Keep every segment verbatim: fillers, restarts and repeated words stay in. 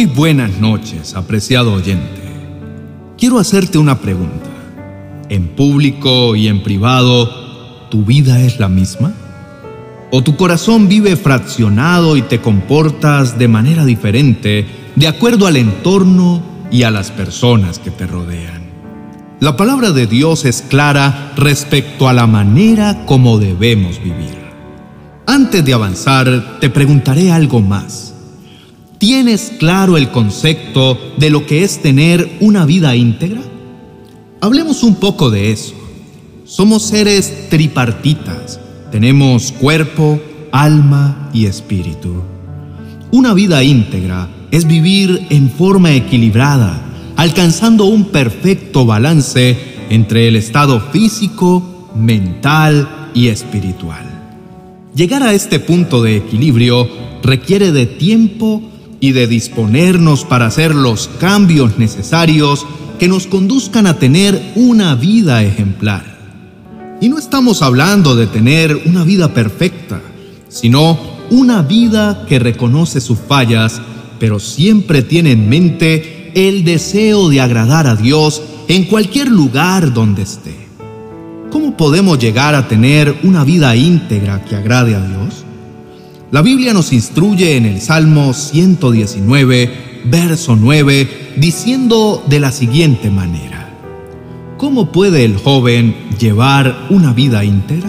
buenas noches, apreciado oyente. Quiero hacerte una pregunta. ¿En público y en privado, tu vida es la misma? ¿O tu corazón vive fraccionado y te comportas de manera diferente de acuerdo al entorno y a las personas que te rodean? La palabra de Dios es clara respecto a la manera como debemos vivir. Antes de avanzar, te preguntaré algo más. ¿Tienes claro el concepto de lo que es tener una vida íntegra? Hablemos un poco de eso. Somos seres tripartitas. Tenemos cuerpo, alma y espíritu. Una vida íntegra es vivir en forma equilibrada, alcanzando un perfecto balance entre el estado físico, mental y espiritual. Llegar a este punto de equilibrio requiere de tiempo y de disponernos para hacer los cambios necesarios que nos conduzcan a tener una vida ejemplar. Y no estamos hablando de tener una vida perfecta, sino una vida que reconoce sus fallas, pero siempre tiene en mente el deseo de agradar a Dios en cualquier lugar donde esté. ¿Cómo podemos llegar a tener una vida íntegra que agrade a Dios? La Biblia nos instruye en el Salmo ciento diecinueve, verso nueve, diciendo de la siguiente manera: ¿cómo puede el joven llevar una vida íntegra?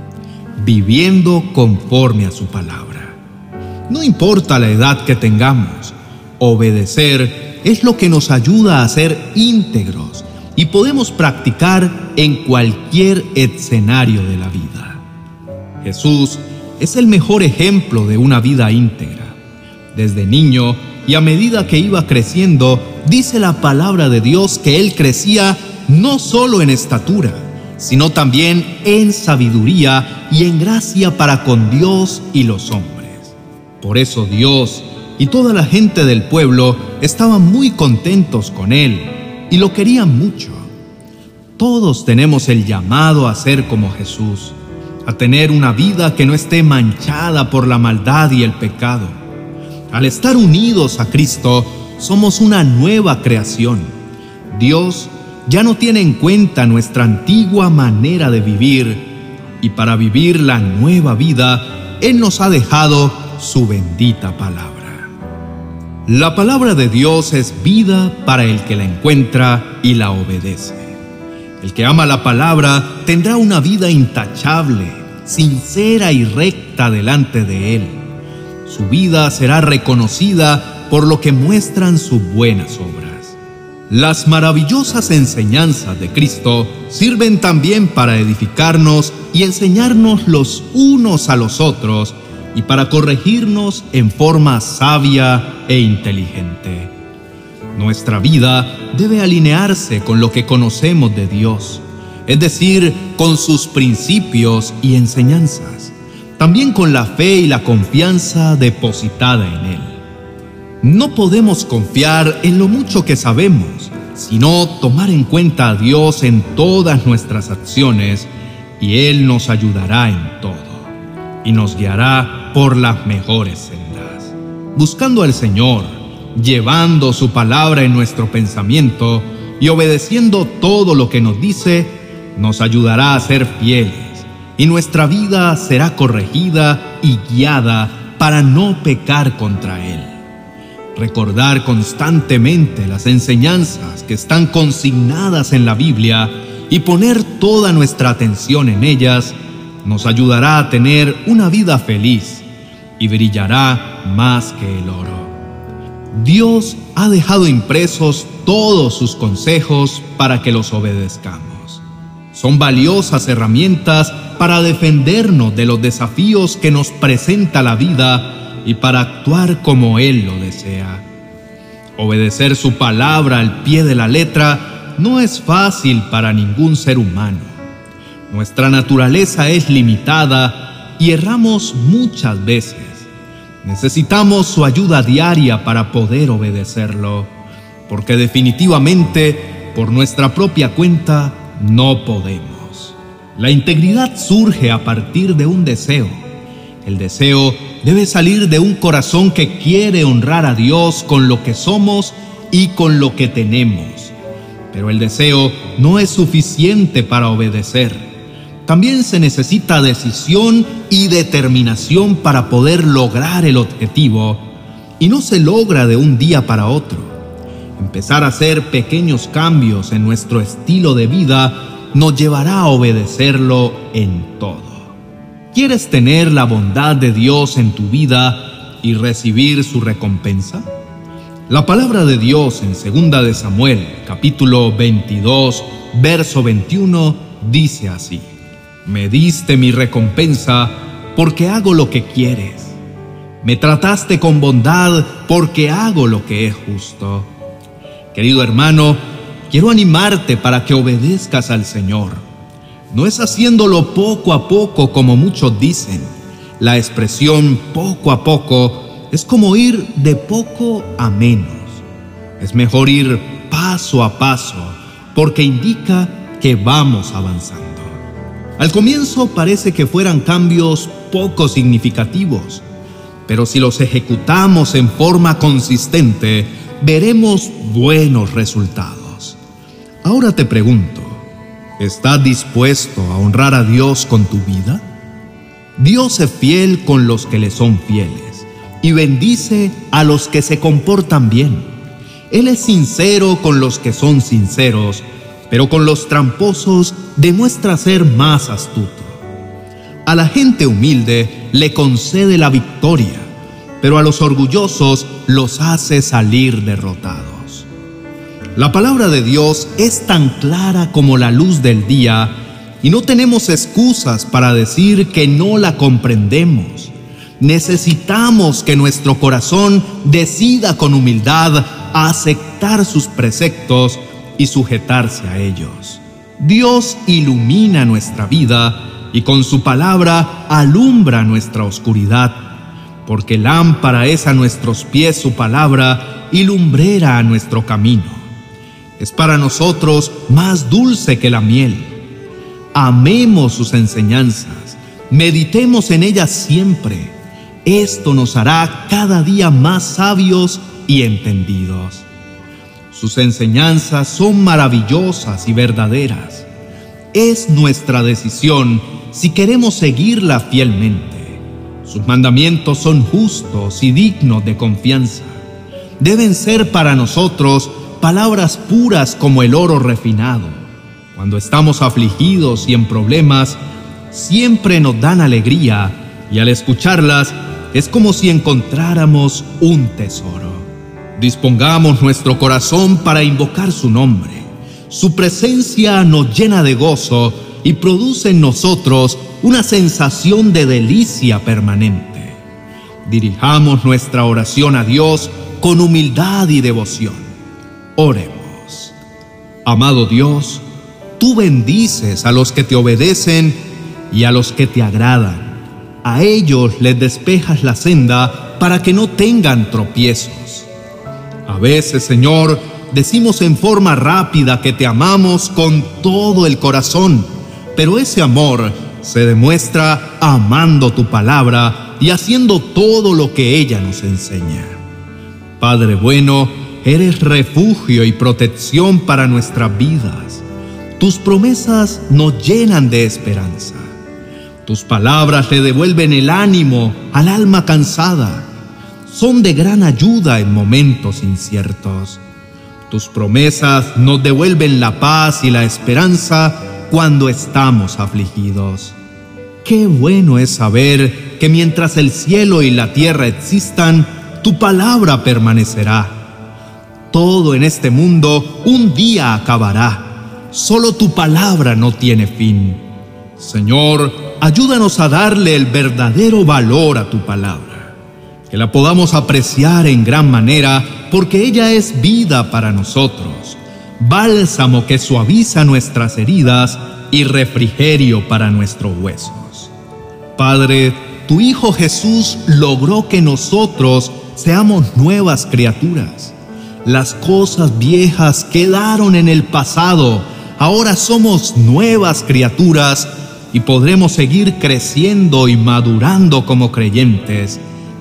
Viviendo conforme a su palabra. No importa la edad que tengamos, obedecer es lo que nos ayuda a ser íntegros y podemos practicar en cualquier escenario de la vida. Jesús es el mejor ejemplo de una vida íntegra. Desde niño y a medida que iba creciendo, dice la palabra de Dios que él crecía no solo en estatura, sino también en sabiduría y en gracia para con Dios y los hombres. Por eso Dios y toda la gente del pueblo estaban muy contentos con él y lo querían mucho. Todos tenemos el llamado a ser como Jesús, a tener una vida que no esté manchada por la maldad y el pecado. Al estar unidos a Cristo, somos una nueva creación. Dios ya no tiene en cuenta nuestra antigua manera de vivir, y para vivir la nueva vida, Él nos ha dejado su bendita palabra. La palabra de Dios es vida para el que la encuentra y la obedece. El que ama la palabra tendrá una vida intachable, sincera y recta delante de Él. Su vida será reconocida por lo que muestran sus buenas obras. Las maravillosas enseñanzas de Cristo sirven también para edificarnos y enseñarnos los unos a los otros y para corregirnos en forma sabia e inteligente. Nuestra vida debe alinearse con lo que conocemos de Dios, es decir, con sus principios y enseñanzas, también con la fe y la confianza depositada en Él. No podemos confiar en lo mucho que sabemos, sino tomar en cuenta a Dios en todas nuestras acciones, y Él nos ayudará en todo, y nos guiará por las mejores sendas. Buscando al Señor, llevando su palabra en nuestro pensamiento y obedeciendo todo lo que nos dice, nos ayudará a ser fieles, y nuestra vida será corregida y guiada para no pecar contra Él. Recordar constantemente las enseñanzas que están consignadas en la Biblia y poner toda nuestra atención en ellas nos ayudará a tener una vida feliz y brillará más que el oro. Dios ha dejado impresos todos sus consejos para que los obedezcamos. Son valiosas herramientas para defendernos de los desafíos que nos presenta la vida y para actuar como Él lo desea. Obedecer su palabra al pie de la letra no es fácil para ningún ser humano. Nuestra naturaleza es limitada y erramos muchas veces. Necesitamos su ayuda diaria para poder obedecerlo, porque definitivamente, por nuestra propia cuenta, no podemos. La integridad surge a partir de un deseo, el deseo debe salir de un corazón que quiere honrar a Dios con lo que somos y con lo que tenemos. Pero el deseo no es suficiente para obedecer. También se necesita decisión y determinación para poder lograr el objetivo, y no se logra de un día para otro. Empezar a hacer pequeños cambios en nuestro estilo de vida nos llevará a obedecerlo en todo. ¿Quieres tener la bondad de Dios en tu vida y recibir su recompensa? La palabra de Dios en segunda de Samuel, capítulo veintidós, verso veintiuno, dice así: Me diste mi recompensa porque hago lo que quieres. Me trataste con bondad porque hago lo que es justo. Querido hermano, quiero animarte para que obedezcas al Señor. No es haciéndolo poco a poco como muchos dicen. La expresión poco a poco es como ir de poco a menos. Es mejor ir paso a paso porque indica que vamos avanzando. Al comienzo parece que fueran cambios poco significativos, pero si los ejecutamos en forma consistente, veremos buenos resultados. Ahora te pregunto, ¿estás dispuesto a honrar a Dios con tu vida? Dios es fiel con los que le son fieles y bendice a los que se comportan bien. Él es sincero con los que son sinceros, pero con los tramposos demuestra ser más astuto. A la gente humilde le concede la victoria, pero a los orgullosos los hace salir derrotados. La palabra de Dios es tan clara como la luz del día y no tenemos excusas para decir que no la comprendemos. Necesitamos que nuestro corazón decida con humildad aceptar sus preceptos y sujetarse a ellos. Dios ilumina nuestra vida y con su palabra alumbra nuestra oscuridad, porque lámpara es a nuestros pies su palabra y lumbrera a nuestro camino. Es para nosotros más dulce que la miel. Amemos sus enseñanzas, meditemos en ellas siempre. Esto nos hará cada día más sabios y entendidos. Sus enseñanzas son maravillosas y verdaderas. Es nuestra decisión si queremos seguirla fielmente. Sus mandamientos son justos y dignos de confianza. Deben ser para nosotros palabras puras como el oro refinado. Cuando estamos afligidos y en problemas, siempre nos dan alegría, y al escucharlas es como si encontráramos un tesoro. Dispongamos nuestro corazón para invocar su nombre. Su presencia nos llena de gozo y produce en nosotros una sensación de delicia permanente. Dirijamos nuestra oración a Dios con humildad y devoción. Oremos. Amado Dios, tú bendices a los que te obedecen y a los que te agradan. A ellos les despejas la senda para que no tengan tropiezos. A veces, Señor, decimos en forma rápida que te amamos con todo el corazón, pero ese amor se demuestra amando tu palabra y haciendo todo lo que ella nos enseña. Padre bueno, eres refugio y protección para nuestras vidas. Tus promesas nos llenan de esperanza. Tus palabras le devuelven el ánimo al alma cansada. Son de gran ayuda en momentos inciertos. Tus promesas nos devuelven la paz y la esperanza cuando estamos afligidos. Qué bueno es saber que mientras el cielo y la tierra existan, tu palabra permanecerá. Todo en este mundo un día acabará. Solo tu palabra no tiene fin. Señor, ayúdanos a darle el verdadero valor a tu palabra, que la podamos apreciar en gran manera, porque ella es vida para nosotros, bálsamo que suaviza nuestras heridas y refrigerio para nuestros huesos. Padre, tu Hijo Jesús logró que nosotros seamos nuevas criaturas. Las cosas viejas quedaron en el pasado, ahora somos nuevas criaturas y podremos seguir creciendo y madurando como creyentes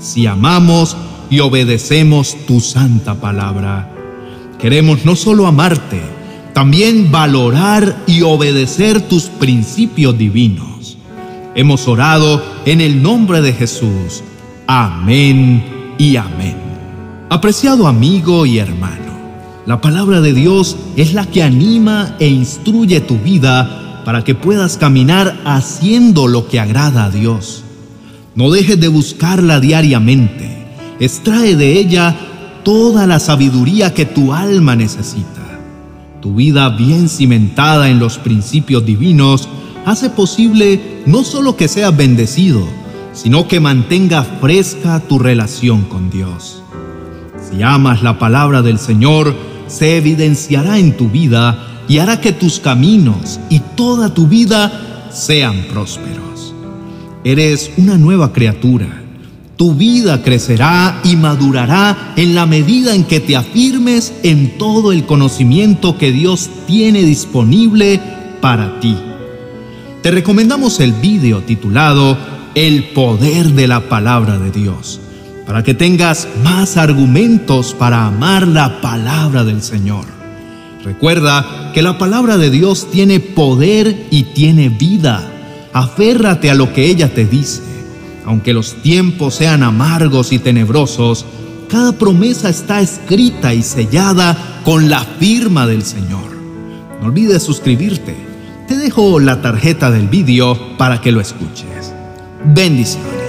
si amamos y obedecemos tu santa palabra. Queremos no solo amarte, también valorar y obedecer tus principios divinos. Hemos orado en el nombre de Jesús. Amén y amén. Apreciado amigo y hermano, la palabra de Dios es la que anima e instruye tu vida para que puedas caminar haciendo lo que agrada a Dios. No dejes de buscarla diariamente. Extrae de ella toda la sabiduría que tu alma necesita. Tu vida bien cimentada en los principios divinos hace posible no solo que seas bendecido, sino que mantenga fresca tu relación con Dios. Si amas la palabra del Señor, se evidenciará en tu vida y hará que tus caminos y toda tu vida sean prósperos. Eres una nueva criatura. Tu vida crecerá y madurará en la medida en que te afirmes en todo el conocimiento que Dios tiene disponible para ti. Te recomendamos el video titulado El poder de la palabra de Dios, para que tengas más argumentos para amar la palabra del Señor. Recuerda que la palabra de Dios tiene poder y tiene vida. Aférrate a lo que ella te dice. Aunque los tiempos sean amargos y tenebrosos, cada promesa está escrita y sellada con la firma del Señor. No olvides suscribirte. Te dejo la tarjeta del video para que lo escuches. Bendiciones.